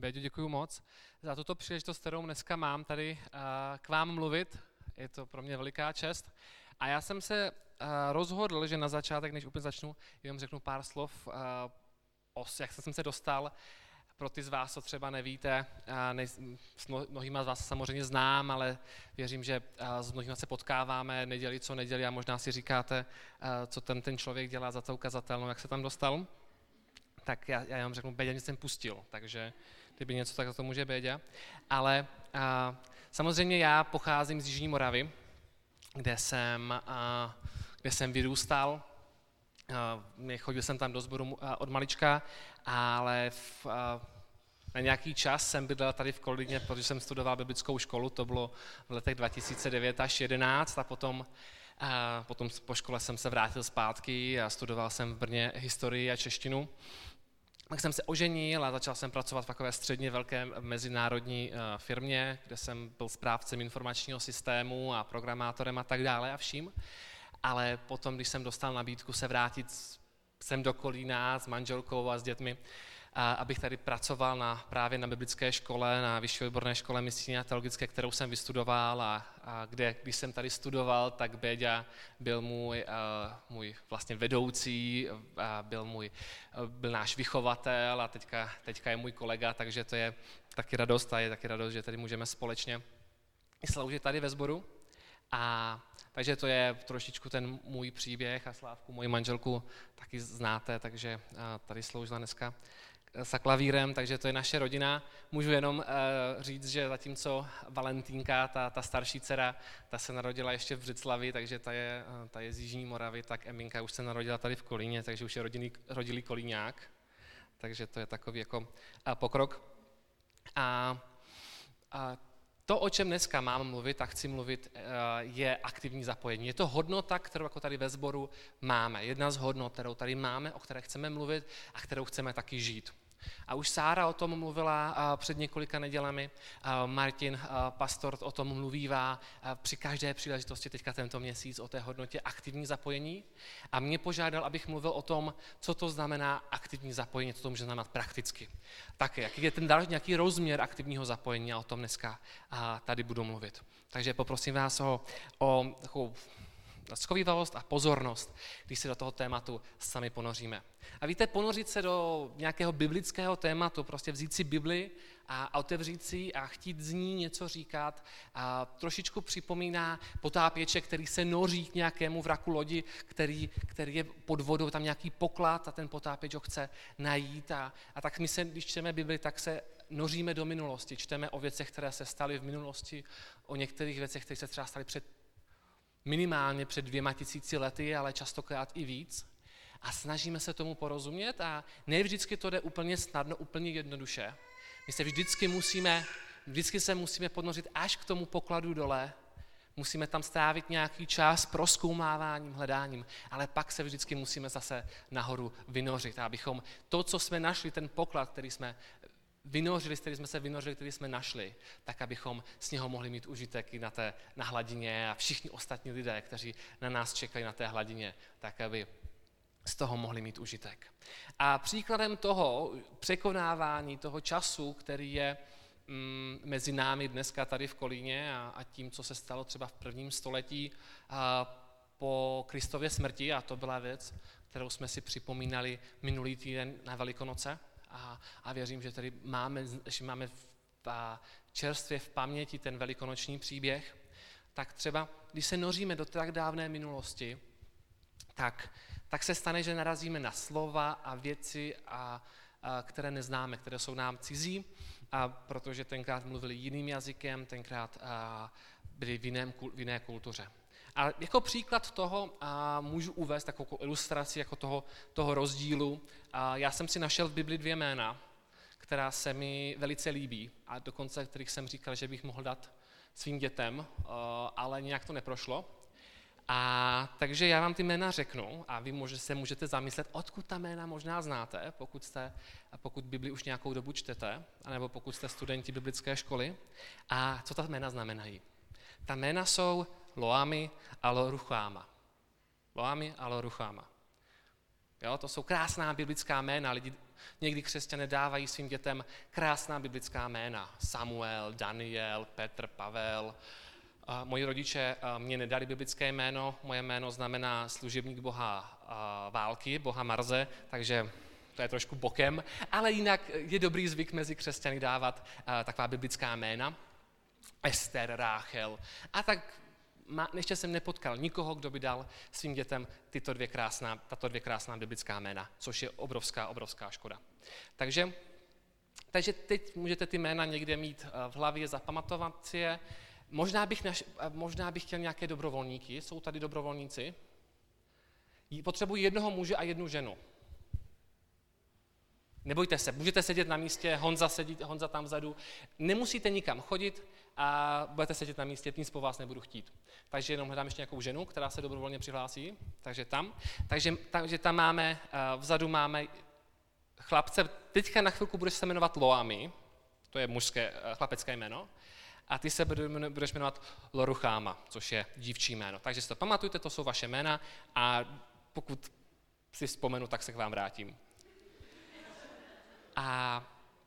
Béďo, děkuji moc za tuto příležitost, kterou dneska mám tady k vám mluvit. Je to pro mě veliká čest. A já jsem se rozhodl, že na začátek, než úplně začnu, jenom řeknu pár slov, jak jsem se dostal. Pro ty z vás, co třeba nevíte, s mnohýma z vás samozřejmě znám, ale věřím, že s mnohýma se potkáváme neděli co neděli a možná si říkáte, co ten člověk dělá za tou kazatelnou, jak se tam dostal. Tak já vám řeknu, Béďa mě jsem pustil, takže kdyby něco, tak to může Béďa. Ale samozřejmě já pocházím z Jižní Moravy, kde jsem vyrůstal. Chodil jsem tam do sboru od malička, ale na nějaký čas jsem bydlel tady v Kolíně, protože jsem studoval biblickou školu, to bylo v letech 2009 až 2011 a potom po škole jsem se vrátil zpátky a studoval jsem v Brně historii a češtinu. Tak jsem se oženil a začal jsem pracovat v takové středně velké mezinárodní firmě, kde jsem byl správcem informačního systému a programátorem a tak dále a vším. Ale potom, když jsem dostal nabídku se vrátit sem do Kolína s manželkou a s dětmi, abych tady pracoval právě na biblické škole, na vyšší odborné škole misijní a teologické, kterou jsem vystudoval a když jsem tady studoval, tak Béďa byl můj vlastně vedoucí, byl náš vychovatel a teďka je můj kolega, takže to je taky radost a je taky radost, že tady můžeme společně sloužit tady ve sboru. Takže to je trošičku ten můj příběh a Slávku, moji manželku, taky znáte, takže tady sloužila dneska za klavírem, takže to je naše rodina. Můžu jenom říct, že zatímco Valentínka, ta starší dcera, ta se narodila ještě v Břeclavi, takže ta je z Jižní Moravy, tak Eminka už se narodila tady v Kolíně, takže už je rodilý kolíňák, takže to je takový jako pokrok. To, o čem dneska mám mluvit a chci mluvit, je aktivní zapojení. Je to hodnota, kterou jako tady ve sboru máme. Jedna z hodnot, kterou tady máme, o které chceme mluvit a kterou chceme taky žít. A už Sára o tom mluvila před několika nedělemi, Martin, pastor, o tom mluvívá při každé příležitosti teďka tento měsíc o té hodnotě aktivní zapojení. A mě požádal, abych mluvil o tom, co to znamená aktivní zapojení, co to může znamenat prakticky. Také, jaký je ten další nějaký rozměr aktivního zapojení a o tom dneska tady budu mluvit. Takže poprosím vás o takovou schovívavost a pozornost, když se do toho tématu sami ponoříme. A víte, ponořit se do nějakého biblického tématu, prostě vzít si Bibli a otevřít si a chtít z ní něco říkat, a trošičku připomíná potápěče, který se noří k nějakému vraku lodi, který je pod vodou, tam nějaký poklad a ten potápěč ho chce najít. A tak my se, když čteme Bibli, tak se noříme do minulosti, čteme o věcech, které se staly v minulosti, o některých věcech, které se třeba staly minimálně před 2000 lety, ale častokrát i víc. A snažíme se tomu porozumět a ne vždycky to jde úplně snadno, úplně jednoduše. My se vždycky se musíme ponořit až k tomu pokladu dole, musíme tam strávit nějaký čas prozkoumáváním, hledáním, ale pak se vždycky musíme zase nahoru vynořit, abychom to, co jsme našli, ten poklad, který jsme vynořili, který jsme našli, tak abychom z něho mohli mít užitek i na hladině a všichni ostatní lidé, kteří na nás čekají na té hladině, tak aby z toho mohli mít užitek. A příkladem toho překonávání toho času, který je mezi námi dneska tady v Kolíně a tím, co se stalo třeba v 1. století po Kristově smrti, a to byla věc, kterou jsme si připomínali minulý týden na Velikonoce, a věřím, že tady máme čerstvě v paměti ten velikonoční příběh, tak třeba, když se noříme do tak dávné minulosti, tak se stane, že narazíme na slova a věci, které neznáme, které jsou nám cizí, protože tenkrát mluvili jiným jazykem, tenkrát byli v jiné kultuře. A jako příklad toho můžu uvést takovou ilustraci jako toho rozdílu. Já jsem si našel v Bibli 2 jména, která se mi velice líbí a dokonce kterých jsem říkal, že bych mohl dát svým dětem, ale nějak to neprošlo. Takže já vám ty jména řeknu a vy se můžete zamyslet, odkud ta jména možná znáte, pokud Bibli už nějakou dobu čtete, anebo pokud jste studenti biblické školy. A co ta jména znamenají? Ta jména jsou Loami a Loruchama. Loami a Loruchama. Jo, to jsou krásná biblická jména, lidi Někdy křesťané dávají svým dětem krásná biblická jména. Samuel, Daniel, Petr, Pavel. Moji rodiče mě nedali biblické jméno, moje jméno znamená služebník boha války, boha Marse, takže to je trošku bokem, ale jinak je dobrý zvyk mezi křesťany dávat taková biblická jména. Ester, Ráchel. A tak ještě jsem nepotkal nikoho, kdo by dal svým dětem tato dvě krásná biblická jména, což je obrovská škoda. Takže teď můžete ty jména někde mít v hlavě, zapamatovat si je. Možná bych chtěl nějaké dobrovolníky, jsou tady dobrovolníci. Potřebuji jednoho muže a jednu ženu. Nebojte se, můžete sedět na místě, Honza tam vzadu. Nemusíte nikam chodit a budete sedět na místě, nic po vás nebudu chtít. Takže jenom hledám ještě nějakou ženu, která se dobrovolně přihlásí, takže tam. Takže tam máme, vzadu máme chlapce, teďka na chvilku budeš se jmenovat Loami, to je chlapecké jméno, a ty se budeš jmenovat Lorucháma, což je dívčí jméno. Takže si to pamatujte, to jsou vaše jména a pokud si vzpomenu, tak se k vám vrátím. A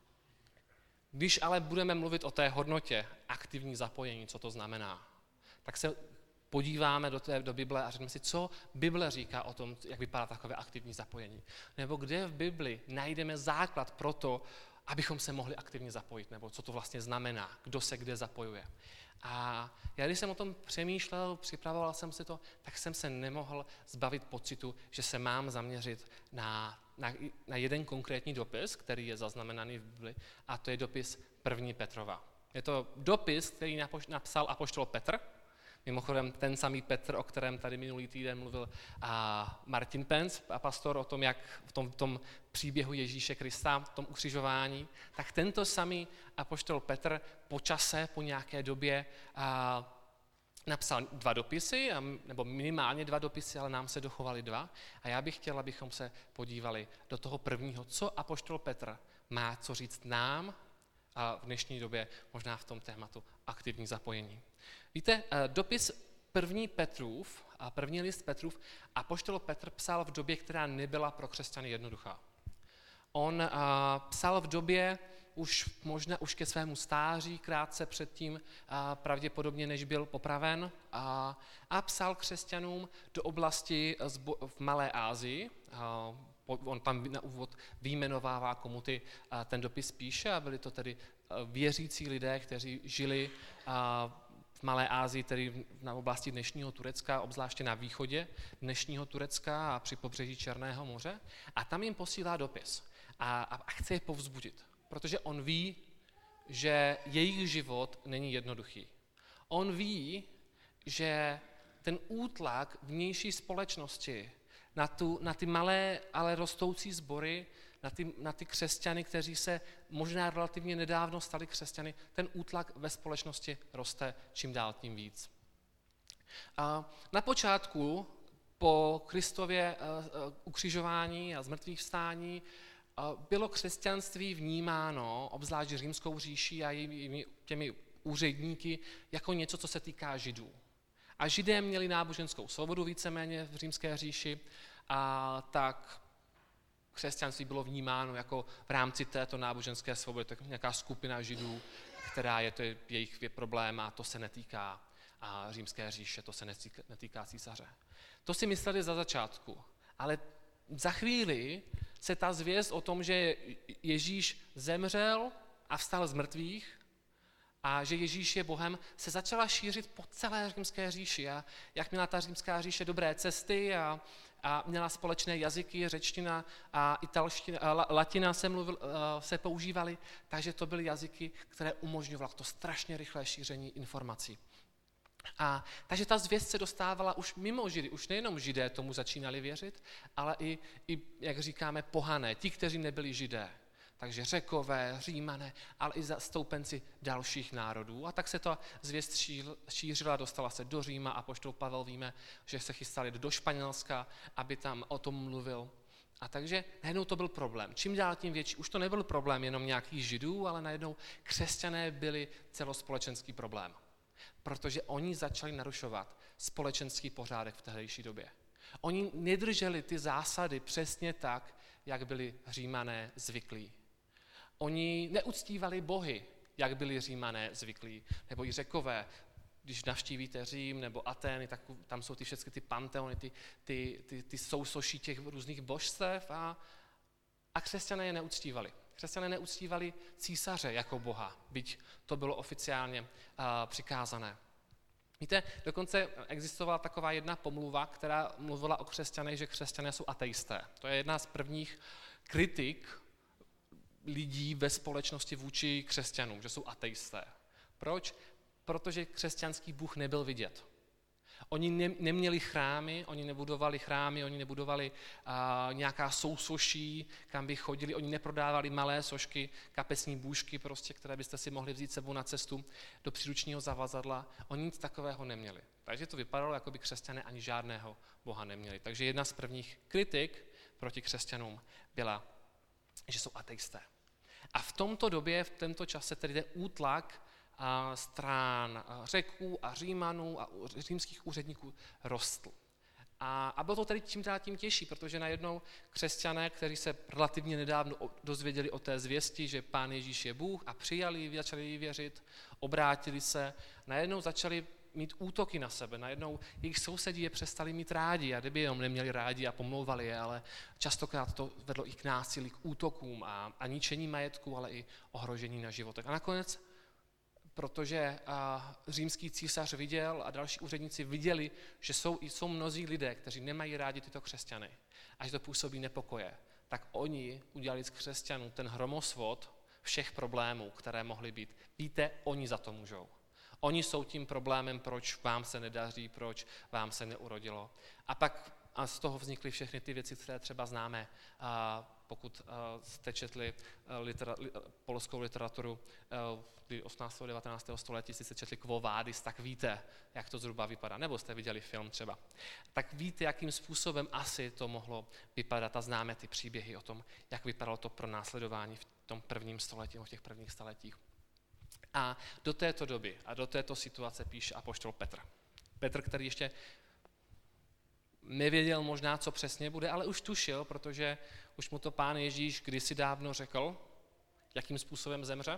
když ale budeme mluvit o té hodnotě aktivní zapojení, co to znamená, tak se podíváme do Bible a řekneme si, co Bible říká o tom, jak vypadá takové aktivní zapojení. Nebo kde v Bibli najdeme základ pro to, abychom se mohli aktivně zapojit, nebo co to vlastně znamená, kdo se kde zapojuje. A já když jsem o tom přemýšlel, připravoval jsem si to, tak jsem se nemohl zbavit pocitu, že se mám zaměřit na jeden konkrétní dopis, který je zaznamenaný v Bibli, a to je dopis 1. Petrova. Je to dopis, který napsal apoštol Petr, mimochodem ten samý Petr, o kterém tady minulý týden mluvil Martin Pence, a pastor, o tom, jak v tom příběhu Ježíše Krista, v tom ukřižování, tak tento samý apoštol Petr po čase, po nějaké době napsal 2 dopisy, nebo minimálně 2 dopisy, ale nám se dochovaly 2. A já bych chtěl, abychom se podívali do toho prvního, co apoštol Petr má co říct nám a v dnešní době možná v tom tématu aktivní zapojení. Víte, dopis 1. Petrův, první list Petrův, apoštol Petr psal v době, která nebyla pro křesťany jednoduchá. On psal v době možná už ke svému stáří, krátce předtím, pravděpodobně než byl popraven, a psal křesťanům do oblasti v Malé Asii. On tam na úvod vyjmenovává, komu ten dopis píše, a byli to tedy věřící lidé, kteří žili v Malé Asii, tedy na oblasti dnešního Turecka, obzvláště na východě dnešního Turecka a při pobřeží Černého moře. A tam jim posílá dopis a chce je povzbudit, protože on ví, že jejich život není jednoduchý. On ví, že ten útlak vnější společnosti na ty malé, ale rostoucí sbory, na ty křesťany, kteří se možná relativně nedávno stali křesťany, ten útlak ve společnosti roste čím dál tím víc. Na počátku po Kristově ukřižování a zmrtvýchvstání bylo křesťanství vnímáno, obzvlášť římskou říší a těmi úředníky, jako něco, co se týká Židů. A Židé měli náboženskou svobodu víceméně v římské říši, a tak křesťanství bylo vnímáno jako v rámci této náboženské svobody, tak nějaká skupina Židů, která je to jejich problém, a to se netýká římské říše, to se netýká císaře. To si mysleli za začátku, ale za chvíli se ta zvěst o tom, že Ježíš zemřel a vstal z mrtvých a že Ježíš je Bohem, se začala šířit po celé římské říši. A jak měla ta římská říše dobré cesty a měla společné jazyky, řečtina a italština, latina se používaly, takže to byly jazyky, které umožňovaly to strašně rychlé šíření informací. Takže ta zvěst se dostávala už mimo Židy, už nejenom Židé tomu začínali věřit, ale i jak říkáme, pohané, ti, kteří nebyli Židé. Takže Řekové, Římané, ale i zastoupenci dalších národů. A tak se ta zvěst šířila, dostala se do Říma, a apoštol Pavel víme, že se chystali do Španělska, aby tam o tom mluvil. A takže najednou to byl problém. Čím dál tím větší. Už to nebyl problém jenom nějakých Židů, ale najednou křesťané byli celospolečenský problém. Protože oni začali narušovat společenský pořádek v tehdejší době. Oni nedrželi ty zásady přesně tak, jak byli Římané zvyklí. Oni neuctívali bohy, jak byli Římané zvyklí, nebo i Řekové. Když navštívíte Řím nebo Atény, tak tam jsou všechny ty panteony, ty sousoší těch různých božstev a křesťané je neuctívali. Křesťané neuctívali císaře jako boha, byť to bylo oficiálně přikázané. Víte, dokonce existovala taková jedna pomluva, která mluvila o křesťanech, že křesťané jsou ateisté. To je jedna z prvních kritik lidí ve společnosti vůči křesťanům, že jsou ateisté. Proč? Protože křesťanský Bůh nebyl vidět. Oni neměli chrámy, oni nebudovali nějaká sousoší, kam by chodili, oni neprodávali malé sošky, kapesní bůžky, prostě, které byste si mohli vzít sebou na cestu do příručního zavazadla. Oni nic takového neměli. Takže to vypadalo, jako by křesťané ani žádného boha neměli. Takže jedna z prvních kritik proti křesťanům byla, že jsou ateisté. A v tomto době, v tomto čase, tedy ten útlak strán Řeků a Římanů a římských úředníků rostl. A bylo to tedy čím dál tím těžší, protože najednou křesťané, kteří se relativně nedávno dozvěděli o té zvěsti, že Pán Ježíš je Bůh a přijali, začali jí věřit, obrátili se, najednou začali mít útoky na sebe, najednou jejich sousedí je přestali mít rádi a kdyby jenom neměli rádi a pomlouvali je, ale častokrát to vedlo i k násilí, k útokům a ničení majetku, ale i ohrožení na životech. A nakonec, protože římský císař viděl a další úředníci viděli, že jsou mnozí lidé, kteří nemají rádi tyto křesťany a že to působí nepokoje, tak oni udělali z křesťanů ten hromosvod všech problémů, které mohly být. Víte, oni za to můžou. Oni jsou tím problémem, proč vám se nedaří, proč vám se neurodilo. A z toho vznikly všechny ty věci, které třeba známe, pokud jste četli polskou literaturu 18. a 19. století, jste četli Quo Vadis, tak víte, jak to zhruba vypadá. Nebo jste viděli film třeba. Tak víte, jakým způsobem asi to mohlo vypadat a známe ty příběhy o tom, jak vypadalo to pronásledování v tom prvním století, v těch prvních staletích. A do této doby a do této situace píše apoštol Petr. Petr, který ještě nevěděl možná, co přesně bude, ale už tušil, protože už mu to Pán Ježíš kdysi dávno řekl, jakým způsobem zemře.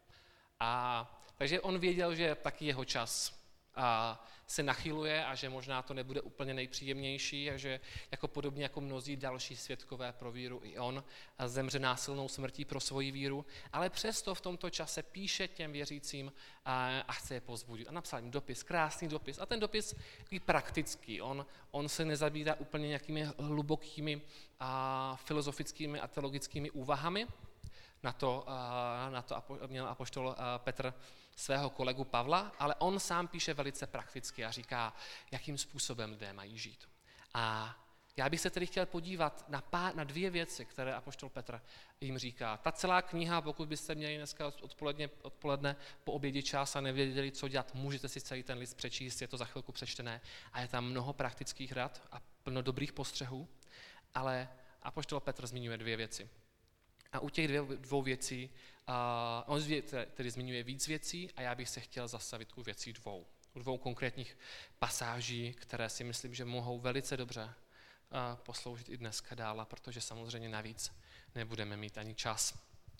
Takže on věděl, že taky jeho čas se nachyluje a že možná to nebude úplně nejpříjemnější a že jako podobně jako mnozí další svědkové pro víru i on zemře násilnou smrtí pro svoji víru, ale přesto v tomto čase píše těm věřícím a chce je povzbudit. A napsal jim dopis, krásný dopis. A ten dopis je praktický. On se nezabírá úplně nějakými hlubokými filozofickými a teologickými úvahami. Na to měl apoštol Petr svého kolegu Pavla, ale on sám píše velice prakticky a říká, jakým způsobem lidé mají žít. A já bych se tedy chtěl podívat na dvě věci, které apoštol Petr jim říká. Ta celá kniha, pokud byste měli dneska odpoledne po obědě čas a nevěděli, co dělat, můžete si celý ten list přečíst, je to za chvilku přečtené a je tam mnoho praktických rad a plno dobrých postřehů, ale apoštol Petr zmiňuje dvě věci. A u těch dvou věcí, on tedy zmiňuje víc věcí a já bych se chtěl zastavit u věcí dvou. U dvou konkrétních pasáží, které si myslím, že mohou velice dobře posloužit i dneska dál, protože samozřejmě navíc nebudeme mít ani čas.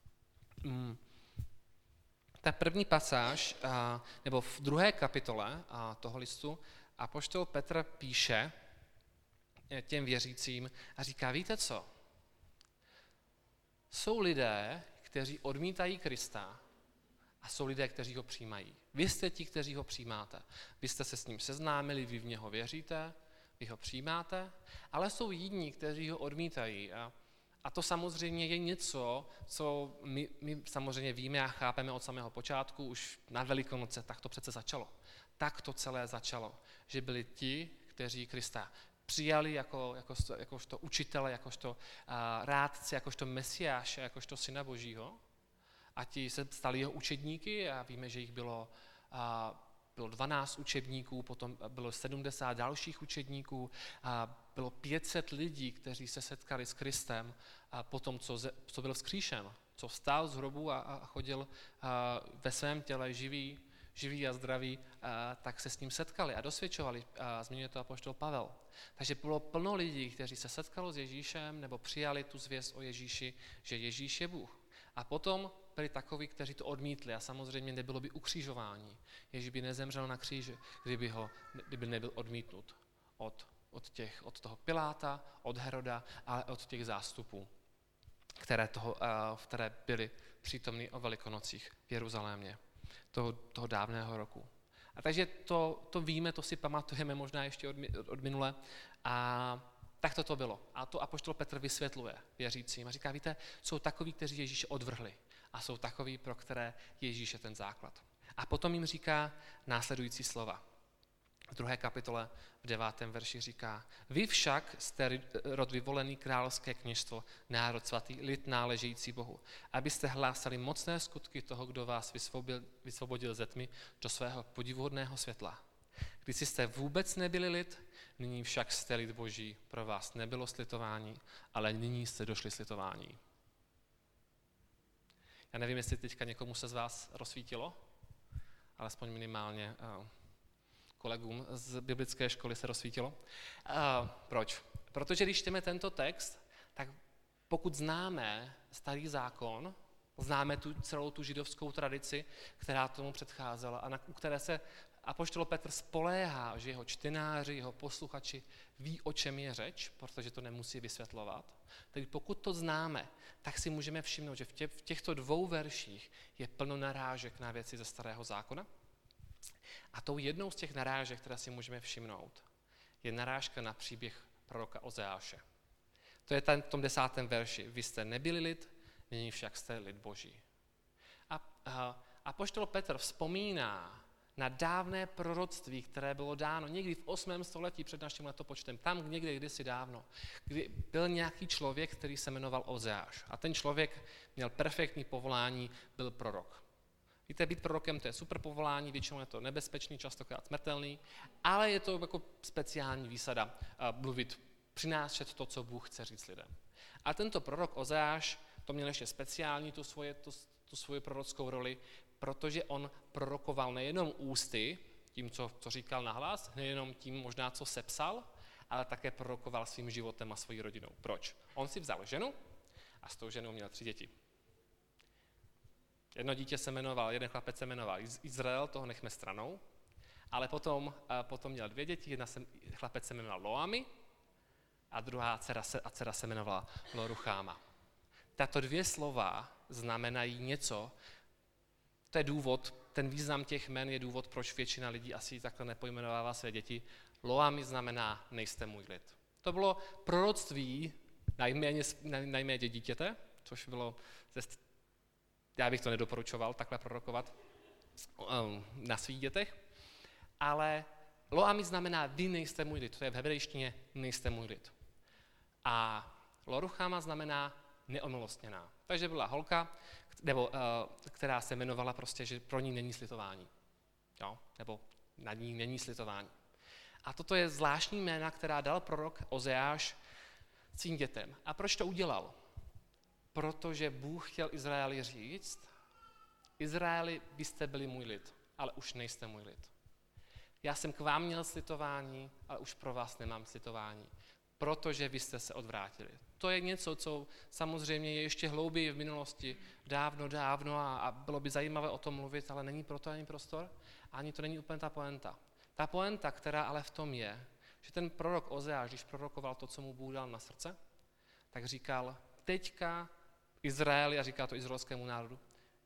Ta první pasáž, nebo v 2. kapitole toho listu, apoštol Petr píše těm věřícím a říká, víte co? Jsou lidé, kteří odmítají Krista a jsou lidé, kteří ho přijímají. Vy jste ti, kteří ho přijímáte. Vy jste se s ním seznámili, vy v něho věříte, vy ho přijímáte, ale jsou jiní, kteří ho odmítají. A to samozřejmě je něco, co my samozřejmě víme a chápeme od samého počátku, už na Velikonoce, tak to přece začalo. Tak to celé začalo, že byli ti, kteří Krista přijali jakožto učitele, jakožto rádce, jakožto mesiáše, jakožto syna Božího. A ti se stali jeho učedníky a víme, že jich bylo 12 učedníků, potom bylo 70 dalších učedníků, bylo 500 lidí, kteří se setkali s Kristem po tom, co byl vzkříšen, co vstal z hrobu a chodil ve svém těle živí a zdraví, tak se s ním setkali a dosvědčovali. Zmiňuje to apoštol Pavel. Takže bylo plno lidí, kteří se setkalo s Ježíšem nebo přijali tu zvěst o Ježíši, že Ježíš je Bůh. A potom byli takoví, kteří to odmítli a samozřejmě nebylo by ukřižování. Ježíš by nezemřel na kříži, kdyby nebyl odmítnut od toho Piláta, od Heroda, ale od těch zástupů, které byly přítomny o Velikonocích v Jeruzalémě toho dávného roku. A takže to víme, to si pamatujeme možná ještě od minule. A tak to bylo. A to apoštol Petr vysvětluje věřícím a říká, víte, jsou takoví, kteří Ježíše odvrhli a jsou takoví, pro které Ježíš je ten základ. A potom jim říká následující slova. V 2. kapitole v 9. verši říká, vy však jste rod vyvolený, královské kněžstvo, národ svatý, lid náležející Bohu, abyste hlásali mocné skutky toho, kdo vás vysvobodil ze tmy do svého podivuhodného světla. Když jste vůbec nebyli lid, nyní však jste lid Boží, pro vás nebylo slitování, ale nyní jste došli slitování. Já nevím, jestli teďka někomu se z vás rozsvítilo, alespoň minimálně kolegům z biblické školy se rozsvítilo. Proč? Protože když čteme tento text, tak pokud známe Starý zákon, známe celou tu židovskou tradici, která tomu předcházela a u které se apoštol Petr spoléhá, že jeho čtenáři, jeho posluchači ví, o čem je řeč, protože to nemusí vysvětlovat. Tak pokud to známe, tak si můžeme všimnout, že v těchto 2 verších je plno narážek na věci ze Starého zákona. A tou jednou z těch narážek, které si můžeme všimnout, je narážka na příběh proroka Ozeáše. To je v tom 10. verši. Vy jste nebyli lid, nyní však jste lid Boží. A apoštol Petr vzpomíná na dávné proroctví, které bylo dáno někdy v 8. století před naším letopočtem, tam někde kdysi dávno, kdy byl nějaký člověk, který se jmenoval Ozeáš. A ten člověk měl perfektní povolání, byl prorok. Víte, být prorokem, to je super povolání, většinou je to nebezpečný, častokrát smrtelný, ale je to jako speciální výsada mluvit, přinášet to, co Bůh chce říct lidem. A tento prorok Ozeáš, to měl ještě speciální tu svoji prorockou roli, protože on prorokoval nejenom ústy, tím, co říkal nahlas, nejenom tím možná, co sepsal, ale také prorokoval svým životem a svojí rodinou. Proč? On si vzal ženu a s tou ženou měl 3 děti. Jeden chlapec se jmenoval Izrael, toho nechme stranou, ale potom měl 2 děti, chlapec se jmenoval Loami a druhá dcera se jmenovala Lorucháma. Tato 2 slova znamenají něco, to je důvod, ten význam těch jmen je důvod, proč většina lidí asi takhle nepojmenovává své děti. Loami znamená nejste můj lid. To bylo proroctví najméně dítěte, což bylo já bych to nedoporučoval takhle prorokovat na svých dětech, ale Loami znamená vy nejste můj lid, to je v hebrejštině nejste můj lid. A Loruchama znamená neomilostněná. Takže byla holka, která se jmenovala prostě, že pro ní není slitování. Jo? Nebo na ní není slitování. A toto je zvláštní jména, která dal prorok Ozeáš svým dětem. A proč to udělal? Protože Bůh chtěl Izraeli říct, Izraeli, vy jste byli můj lid, ale už nejste můj lid. Já jsem k vám měl slitování, ale už pro vás nemám slitování, protože vy jste se odvrátili. To je něco, co samozřejmě je ještě hlouběji v minulosti, dávno a bylo by zajímavé o tom mluvit, ale není proto ani prostor, ani to není úplně ta poenta. Ta poenta, která ale v tom je, že ten prorok Ozeáš, když prorokoval to, co mu Bůh dal na srdce, tak říkal, teďka Izraeli, a říká to izraelskému národu,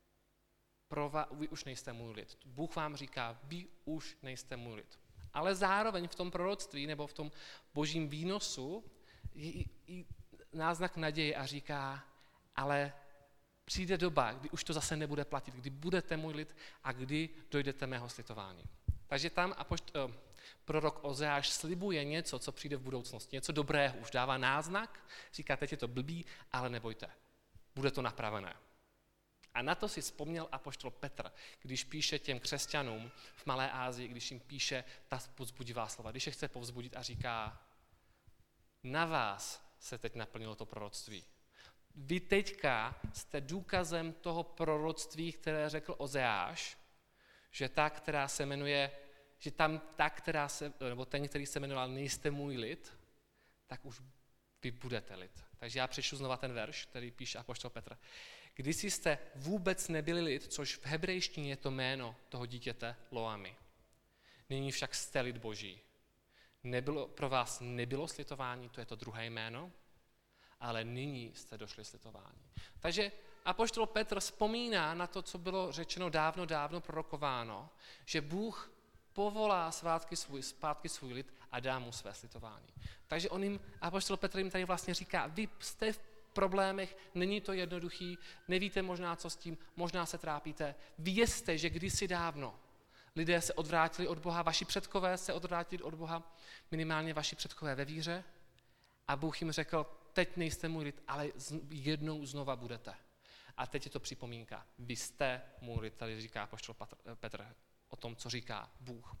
vy už nejste můj lid. Bůh vám říká, vy už nejste můj lid. Ale zároveň v tom proroctví nebo v tom božím výnosu je i náznak naděje a říká, ale přijde doba, kdy už to zase nebude platit, kdy budete můj lid a kdy dojdete mého slitování. Takže tam prorok Ozeáš slibuje něco, co přijde v budoucnosti, něco dobrého, už dává náznak, říká, teď je to blbý, ale nebojte, bude to napravené. A na to si vzpomněl apoštol Petr, když píše těm křesťanům v Malé Asii, když jim píše ta povzbudivá slova, když je chce povzbudit a říká, na vás se teď naplnilo to proroctví. Vy teďka jste důkazem toho proroctví, které řekl Ozeáš, že ta, která se jmenuje, že tam ta, která se, nebo ten, který se jmenoval nejste můj lid, tak už vy budete lid. Takže já přečtu znova ten verš, který píše apoštol Petr. Kdysi jste vůbec nebyli lid, což v hebrejštině je to jméno toho dítěte Loami. Nyní však jste lid Boží. Pro vás nebylo slitování, to je to druhé jméno, ale nyní jste došli slitování. Takže apoštol Petr vzpomíná na to, co bylo řečeno dávno prorokováno, že Bůh povolá zpátky svůj lid a dá mu své slitování. Takže apoštol Petr jim tady vlastně říká, vy jste v problémech, není to jednoduchý, nevíte možná, co s tím, možná se trápíte. Vězte, že kdysi dávno lidé se odvrátili od Boha, vaši předkové se odvrátili od Boha, minimálně vaši předkové ve víře, a Bůh jim řekl, teď nejste můj lid, ale jednou znova budete. A teď je to připomínka. Vy jste můj lid, tady říká apoštol Petr o tom, co říká Bůh.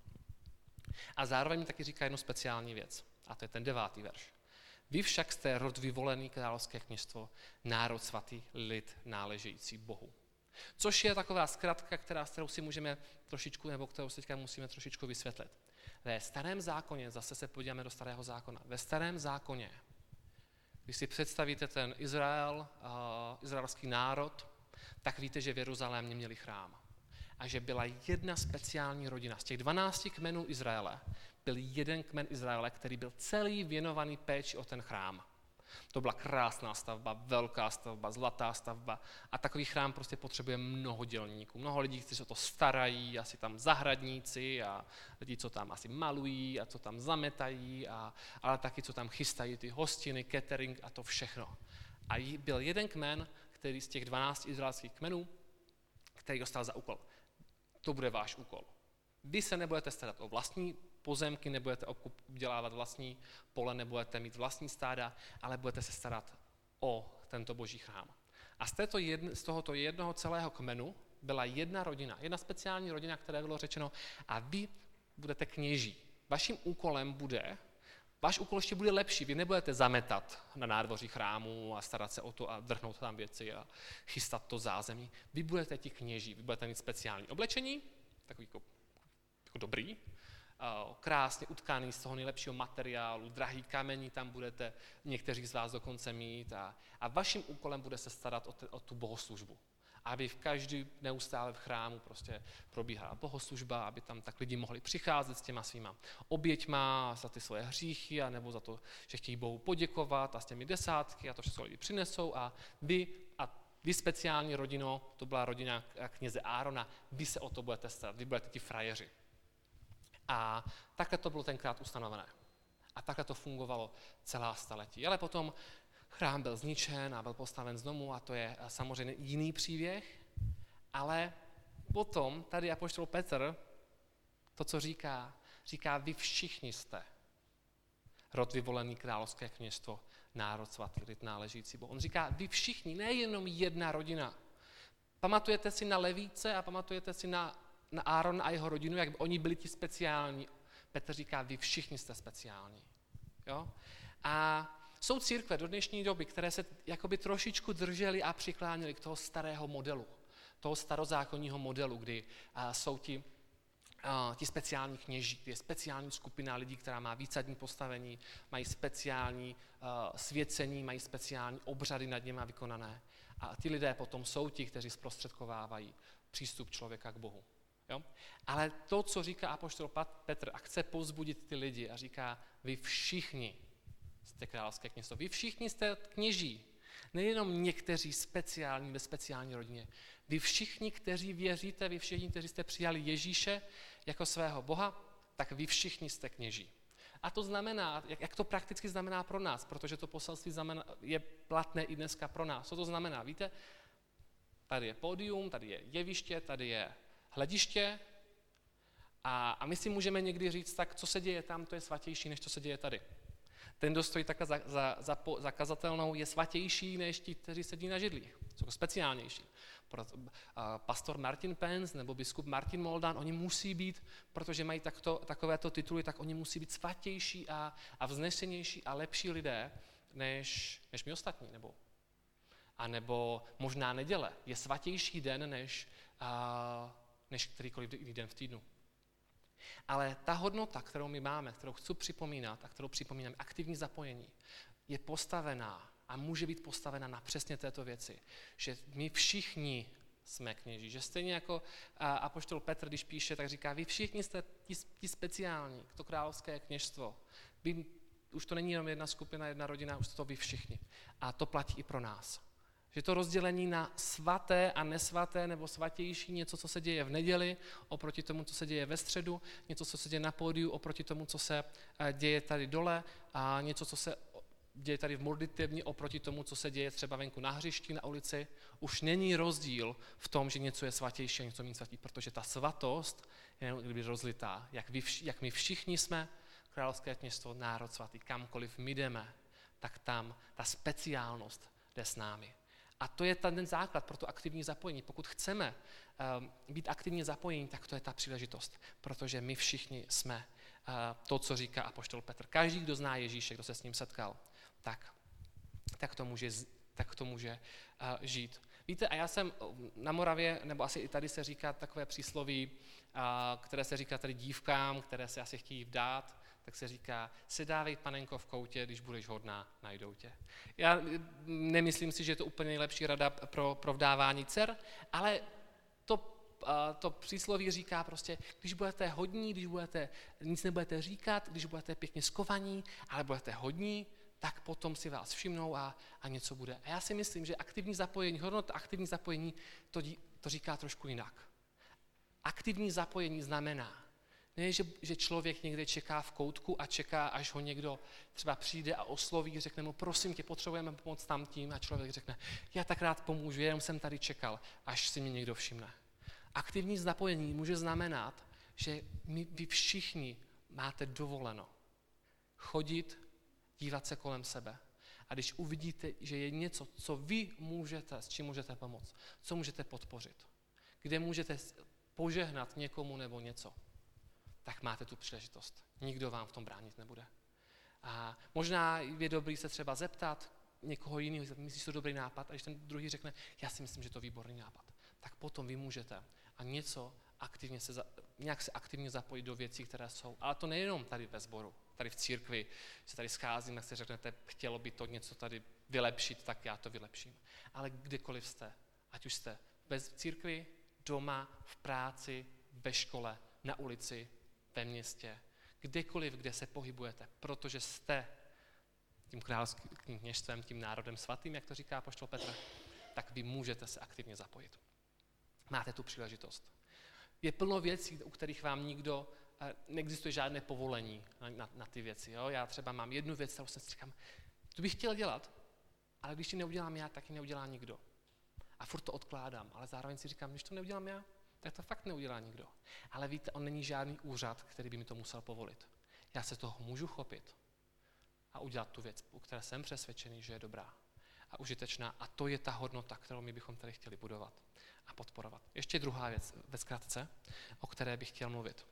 A zároveň mi taky říká jednu speciální věc. A to je ten 9. verš. Vy však jste rod vyvolený, královské kněžstvo, národ svatý, lid náležející Bohu. Což je taková zkratka, kterou si můžeme trošičku, nebo kterou si teďka musíme trošičku vysvětlit. Ve starém zákoně, zase se podíváme do starého zákona, ve starém zákoně, když si představíte ten izraelský národ, tak víte, že v Jeruzalémě měli chrám. A že byla jedna speciální rodina. Z těch 12 kmenů Izraele byl jeden kmen Izraele, který byl celý věnovaný péči o ten chrám. To byla krásná stavba, velká stavba, zlatá stavba. A takový chrám prostě potřebuje mnoho dělníků. Mnoho lidí, kteří se o to starají, asi tam zahradníci a lidi, co tam asi malují a co tam zametají, ale taky, co tam chystají ty hostiny, catering a to všechno. A byl jeden kmen, který z těch 12 izraelských kmenů, který dostal za úkol. To bude váš úkol. Vy se nebudete starat o vlastní pozemky, nebudete obdělávat vlastní pole, nebudete mít vlastní stáda, ale budete se starat o tento boží chrám. A z tohoto jednoho celého kmenu byla jedna rodina, jedna speciální rodina, které bylo řečeno, a vy budete kněží. Váš úkol ještě bude lepší, vy nebudete zametat na nádvoří chrámu a starat se o to a vrhnout tam věci a chystat to zázemí. Vy budete ti kněží, vy budete mít speciální oblečení, takový jako dobrý, krásně utkaný z toho nejlepšího materiálu, drahý kamení tam budete někteří z vás dokonce mít a vaším úkolem bude se starat o tu bohoslužbu. Aby v každý neustále v chrámu prostě probíhala bohoslužba, aby tam tak lidi mohli přicházet s těma svýma oběťma za ty svoje hříchy, nebo za to, že chtějí Bohu poděkovat a s těmi desátky a to všechno lidi přinesou a vy speciální rodino, to byla rodina kněze Árona, vy se o to budete starat, vy budete ti frajeři. A takhle to bylo tenkrát ustanovené. A takhle to fungovalo celá staletí. Ale potom chrám byl zničen a byl postaven znovu a to je samozřejmě jiný příběh. Ale potom tady apoštol Petr to, co říká, vy všichni jste rod vyvolený, královské kněžstvo, národ svatý, lid náležící Bohu. On říká, vy všichni, nejenom jedna rodina. Pamatujete si na Levíce a pamatujete si na Árona a jeho rodinu, jak oni byli ti speciální. Petr říká, vy všichni jste speciální. Jo? A jsou církve do dnešní doby, které se jakoby trošičku držely a přiklánily k toho starého modelu, toho starozákonního modelu, kdy jsou ti speciální kněží, je speciální skupina lidí, která má výsadní postavení, mají speciální svěcení, mají speciální obřady nad nimi vykonané. A ti lidé potom jsou ti, kteří zprostředkovávají přístup člověka k Bohu. Jo? Ale to, co říká apoštol Petr a chce povzbudit ty lidi a říká, vy všichni jste královské kněžstvo, vy všichni jste kněží, nejenom někteří speciální ve speciální rodině, vy všichni, kteří věříte, vy všichni, kteří jste přijali Ježíše jako svého Boha, tak vy všichni jste kněží. A to znamená, jak to prakticky znamená pro nás, protože to poselství je platné i dneska pro nás. Co to znamená? Víte, tady je pódium, tady je jeviště, tady je hlediště a my si můžeme někdy říct, tak co se děje tam, to je svatější, než co se děje tady. Ten, kdo stojí takhle za kazatelnou, je svatější než ti, kteří sedí na židlích. Jsou speciálnější. Pastor Martin Pence nebo biskup Martin Moldan, oni musí být, protože mají takovéto tituly, tak oni musí být svatější a vznešenější a lepší lidé, než my ostatní. A nebo možná neděle je svatější den, než kterýkoliv jiný den v týdnu. Ale ta hodnota, kterou my máme, kterou chci připomínat a kterou připomínám, aktivní zapojení, je postavená a může být postavena na přesně této věci, že my všichni jsme kněží, že stejně jako apoštol Petr, když píše, tak říká, vy všichni jste ti speciální, to královské kněžstvo. Už to není jenom jedna skupina, jedna rodina, už to vy všichni. A to platí i pro nás. Že to rozdělení na svaté a nesvaté nebo svatější, něco, co se děje v neděli, oproti tomu, co se děje ve středu, něco, co se děje na pódiu, oproti tomu, co se děje tady dole, a něco, co se děje tady v modlitevně, oproti tomu, co se děje třeba venku na hřišti, na ulici. Už není rozdíl v tom, že něco je svatější a něco méně svatý, protože ta svatost je kdyby rozlitá. Jak my všichni jsme královské kněžstvo, národ svatý, kamkoliv my jdeme, tak tam ta speciálnost jde s námi. A to je ten základ pro to aktivní zapojení. Pokud chceme být aktivně zapojení, tak to je ta příležitost, protože my všichni jsme to, co říká apoštol Petr. Každý, kdo zná Ježíše, kdo se s ním setkal, tak to může žít. Víte, a já jsem na Moravě, nebo asi i tady se říká takové přísloví, které se říká tady dívkám, které se asi chtějí vdát, tak se říká, sedávej panenko v koutě, když budeš hodná, najdou tě. Já nemyslím si, že je to úplně nejlepší rada pro vdávání dcer, ale to přísloví říká prostě, když budete hodní, když nic nebudete říkat, když budete pěkně skovaní, ale budete hodní, tak potom si vás všimnou a něco bude. A já si myslím, že aktivní zapojení, hodnota aktivní zapojení to říká trošku jinak. Aktivní zapojení znamená, ne, že člověk někde čeká v koutku a čeká, až ho někdo třeba přijde a osloví, řekne mu, prosím tě, potřebujeme pomoct tamtím, a člověk řekne, já tak rád pomůžu, jenom jsem tady čekal, až si mě někdo všimne. Aktivní zapojení může znamenat, že vy všichni máte dovoleno chodit, dívat se kolem sebe. A když uvidíte, že je něco, co vy můžete, s čím můžete pomoct, co můžete podpořit, kde můžete požehnat někomu nebo něco, tak máte tu příležitost. Nikdo vám v tom bránit nebude. A možná je dobrý se třeba zeptat někoho jiného, myslíš, že to dobrý nápad, a když ten druhý řekne, já si myslím, že to je výborný nápad, tak potom vy můžete a nějak se aktivně zapojit do věcí, které jsou. Ale to nejenom tady ve sboru, tady v církvi, se tady scházíme, tak si řeknete, chtělo by to něco tady vylepšit, tak já to vylepším. Ale kdekoliv jste, ať už jste v církvi, doma, v práci, ve škole, na ulici, ve městě, kdekoliv, kde se pohybujete, protože jste tím královským kněžstvem, tím národem svatým, jak to říká apoštol Petr, tak vy můžete se aktivně zapojit. Máte tu příležitost. Je plno věcí, u kterých vám neexistuje žádné povolení na ty věci. Jo? Já třeba mám jednu věc, kterou jsem si říkám, to bych chtěl dělat, ale když ji neudělám já, tak ji neudělá nikdo. A furt to odkládám, ale zároveň si říkám, když to neudělám já, tak to fakt neudělá nikdo. Ale víte, on není žádný úřad, který by mi to musel povolit. Já se toho můžu chopit a udělat tu věc, u které jsem přesvědčený, že je dobrá a užitečná. A to je ta hodnota, kterou my bychom tady chtěli budovat a podporovat. Ještě druhá věc ve zkratce, o které bych chtěl mluvit.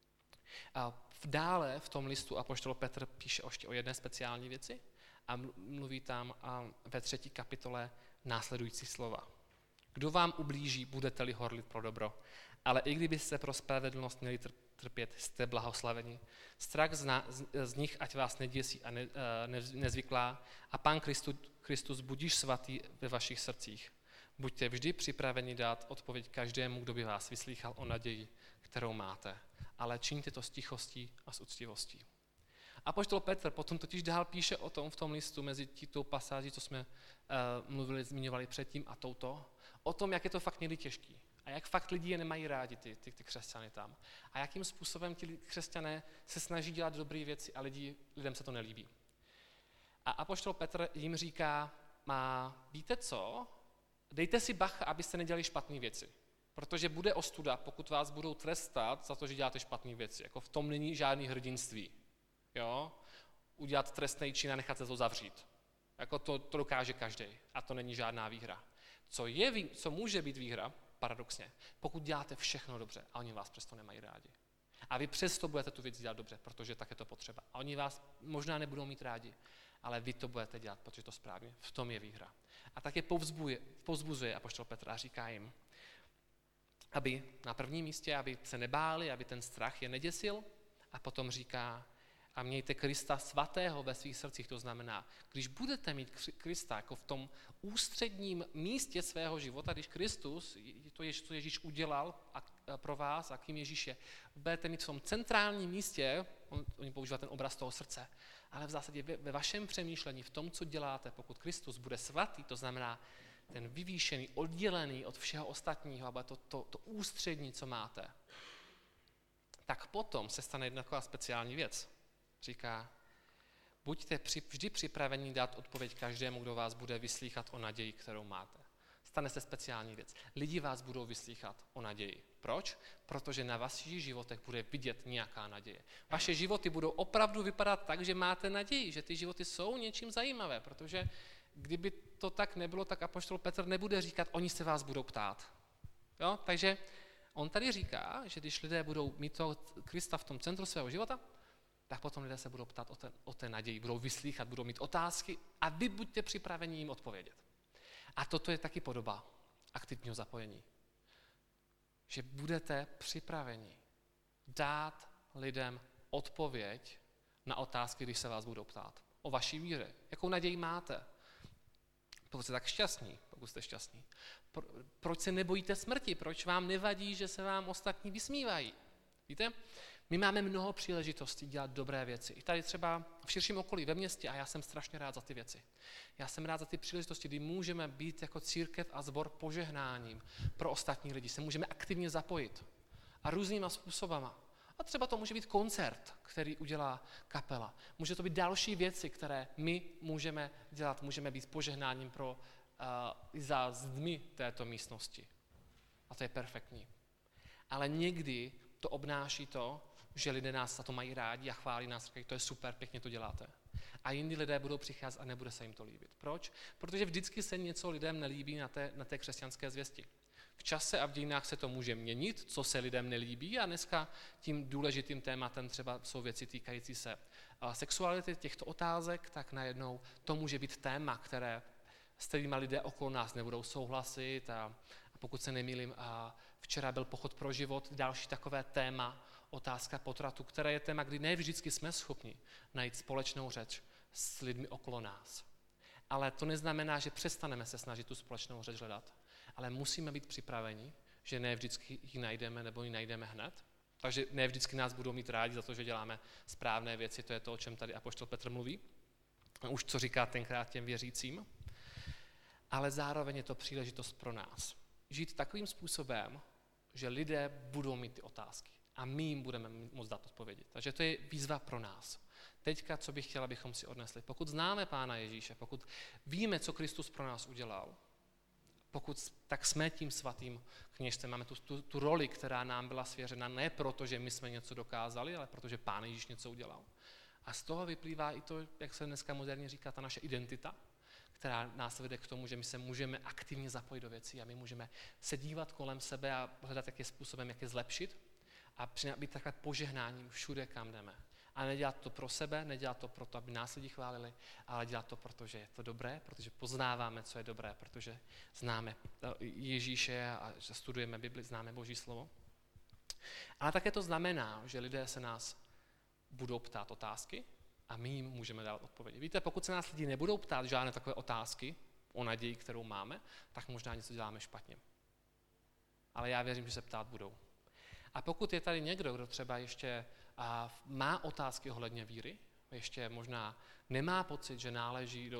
Dále v tom listu apoštol Petr píše ještě o jedné speciální věci a mluví tam ve 3. kapitole následující slova. Kdo vám ublíží, budete-li horlit pro dobro, ale i kdybyste pro spravedlnost měli trpět, jste blahoslaveni. Strach z nich ať vás neděsí a nezvyklá a Pán Kristus budíš svatý ve vašich srdcích. Buďte vždy připraveni dát odpověď každému, kdo by vás vyslýchal o naději, kterou máte, ale čiňte to s tichostí a s úctivostí. Apoštol Petr potom totiž dál píše o tom v tom listu mezi tou pasáží, co jsme zmiňovali předtím a touto, o tom, jak je to fakt někdy těžký a jak fakt lidi je nemají rádi, ty křesťany tam. A jakým způsobem ti křesťané se snaží dělat dobré věci a lidem se to nelíbí. A apoštol Petr jim říká, víte co, dejte si bacha, abyste nedělali špatné věci. Protože bude ostuda, pokud vás budou trestat za to, že děláte špatné věci. Jako v tom není žádný hrdinství. Jo? Udělat trestný čin a nechat se to zavřít. Jako to dokáže každý. A to není žádná výhra. Co může být výhra, paradoxně, pokud děláte všechno dobře a oni vás přesto nemají rádi. A vy přesto budete tu věc dělat dobře, protože tak je to potřeba. A oni vás možná nebudou mít rádi, ale vy to budete dělat, protože to správně. V tom je výhra. A tak je povzbuzuje apoštol Petr a říká jim, aby na prvním místě, aby se nebáli, aby ten strach je neděsil. A potom říká, a mějte Krista svatého ve svých srdcích. To znamená, když budete mít Krista jako v tom ústředním místě svého života, když Kristus, to je, co Ježíš udělal pro vás a kým Ježíš je, budete mít v tom centrálním místě, oni používají ten obraz toho srdce, ale v zásadě ve vašem přemýšlení, v tom, co děláte, pokud Kristus bude svatý, to znamená ten vyvýšený, oddělený od všeho ostatního, a bude to ústřední, co máte, tak potom se stane jedna taková speciální věc. Říká, buďte vždy připraveni dát odpověď každému, kdo vás bude vyslýchat o naději, kterou máte. Stane se speciální věc. Lidi vás budou vyslýchat o naději. Proč? Protože na vašich životech bude vidět nějaká naděje. Vaše životy budou opravdu vypadat tak, že máte naději, že ty životy jsou něčím zajímavé, protože kdyby to tak nebylo, tak apoštol Petr nebude říkat, oni se vás budou ptát. Jo? Takže on tady říká, že když lidé budou mít toho Krista v tom centru svého života, tak potom lidé se budou ptát o té naději, budou vyslýchat, budou mít otázky a vy buďte připraveni jim odpovědět. A toto je taky podoba aktivního zapojení. Že budete připraveni dát lidem odpověď na otázky, když se vás budou ptát. O vaší víře. Jakou naději máte? Pokud jste tak šťastní, pokud jste šťastní. Proč se nebojíte smrti? Proč vám nevadí, že se vám ostatní vysmívají? Víte? My máme mnoho příležitostí dělat dobré věci. I tady třeba v širším okolí, ve městě, a já jsem strašně rád za ty věci. Já jsem rád za ty příležitosti, kdy můžeme být jako církev a sbor požehnáním pro ostatní lidi. Se můžeme aktivně zapojit. A různýma způsobama. A třeba to může být koncert, který udělá kapela. Může to být další věci, které my můžeme dělat. Můžeme být požehnáním za zdmi této místnosti. A to je perfektní. Ale někdy to obnáší to, že lidé nás za to mají rádi a chválí nás, říkají, to je super, pěkně to děláte. A jiní lidé budou přicházet a nebude se jim to líbit. Proč? Protože vždycky se něco lidem nelíbí na té křesťanské zvěsti. V čase a v dějinách se to může měnit, co se lidem nelíbí, a dneska tím důležitým tématem třeba jsou věci týkající se sexuality, těchto otázek, tak najednou to může být téma, s kterými lidé okolo nás nebudou souhlasit. A pokud se nemýlím, včera byl Pochod pro život, další takové téma, otázka potratu, které je téma, kdy ne vždycky jsme schopni najít společnou řeč s lidmi okolo nás. Ale to neznamená, že přestaneme se snažit tu společnou řeč hledat, ale musíme být připraveni, že ne vždycky ji najdeme nebo ji najdeme hned. Takže ne vždycky nás budou mít rádi za to, že děláme správné věci, to je to, o čem tady apoštol Petr mluví. Už co říká tenkrát těm věřícím. Ale zároveň je to příležitost pro nás. Žít takovým způsobem, že lidé budou mít ty otázky a my jim budeme moct dát odpovědi. Takže to je výzva pro nás. Teďka, co bych chtěla, abychom si odnesli. Pokud známe Pána Ježíše, pokud víme, co Kristus pro nás udělal, pokud tak jsme tím svatým kněžcem, máme tu roli, která nám byla svěřena, ne proto, že my jsme něco dokázali, ale protože Pán Ježíš něco udělal. A z toho vyplývá i to, jak se dneska moderně říká, ta naše identita, která nás vede k tomu, že my se můžeme aktivně zapojit do věcí a my můžeme se dívat kolem sebe a hledat, jakým způsobem, jak je zlepšit a být takhle požehnáním všude, kam jdeme. A nedělat to pro sebe, nedělat to proto, aby nás lidi chválili, ale dělat to, protože je to dobré, protože poznáváme, co je dobré, protože známe Ježíše a že studujeme Bibli, známe Boží slovo. Ale také to znamená, že lidé se nás budou ptát otázky a my jim můžeme dát odpovědi. Víte, pokud se nás lidi nebudou ptát žádné takové otázky o naději, kterou máme, tak možná něco děláme špatně. Ale já věřím, že se ptát budou. A pokud je tady někdo, kdo třeba ještě má otázky ohledně víry, ještě možná nemá pocit, že náleží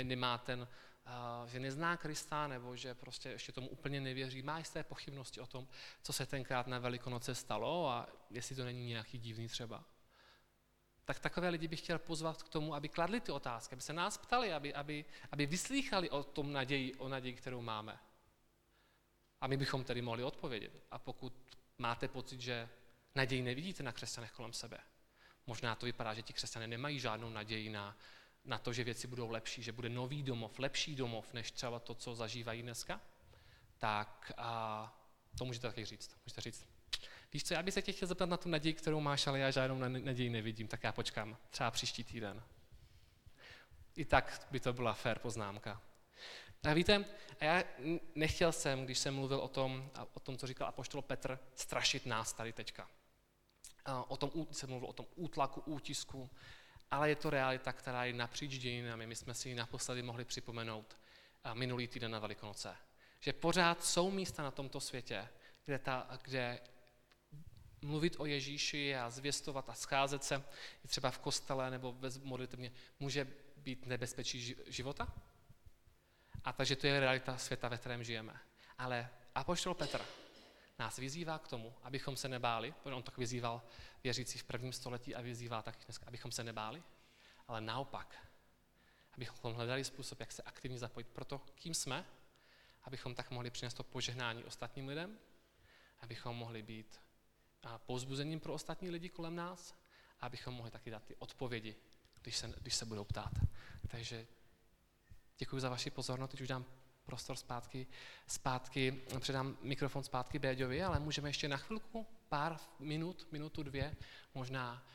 že nezná Krista, nebo že prostě ještě tomu úplně nevěří, má jisté pochybnosti o tom, co se tenkrát na Velikonoce stalo a jestli to není nějaký divný třeba. Tak takové lidi bych chtěl pozvat k tomu, aby kladli ty otázky, aby se nás ptali, aby vyslýchali o naději, kterou máme. A my bychom tedy mohli odpovědět. A pokud máte pocit, že naději nevidíte na křesťanech kolem sebe, možná to vypadá, že ti křesťané nemají žádnou naději na to, že věci budou lepší, že bude nový domov, lepší domov, než třeba to, co zažívají dneska, tak to můžete taky říct. Můžete říct, víš co, já bych se tě chtěl zeptat na tu naději, kterou máš, ale já žádnou naději nevidím, tak já počkám, třeba příští týden. I tak by to byla fair poznámka. A víte, a já nechtěl jsem, když jsem mluvil o tom, co říkal apoštol Petr, strašit nás tady teďka. Jsem mluvil o tom útlaku, útisku, ale je to realita, která je napříč dějinami. My jsme si ji naposledy mohli připomenout minulý týden na Velikonoce. Že pořád jsou místa na tomto světě, kde mluvit o Ježíši a zvěstovat a scházet se i třeba v kostele nebo ve modlitevně může být nebezpečí života. A takže to je realita světa, ve kterém žijeme. Ale apoštol Petr nás vyzývá k tomu, abychom se nebáli, protože on tak vyzýval věřící v prvním století a vyzývá taky dneska, abychom se nebáli, ale naopak, abychom hledali způsob, jak se aktivně zapojit pro to, kým jsme, abychom tak mohli přinést to požehnání ostatním lidem, abychom mohli být povzbuzením pro ostatní lidi kolem nás, a abychom mohli taky dát ty odpovědi, když se budou ptát. Takže děkuji za vaši pozornost, teď už dám prostor zpátky, předám mikrofon zpátky Béďovi, ale můžeme ještě na chvilku, pár minut, minutu, 2, možná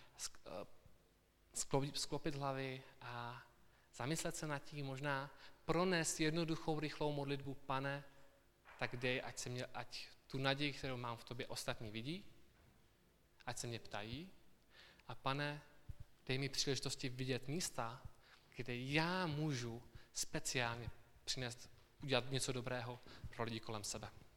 sklopit hlavy a zamyslet se nad tím, možná pronést jednoduchou, rychlou modlitbu. Pane, tak dej, ať tu naději, kterou mám v tobě, ostatní vidí, ať se mě ptají. A Pane, dej mi příležitosti vidět místa, kde já můžu speciálně udělat něco dobrého pro lidi kolem sebe.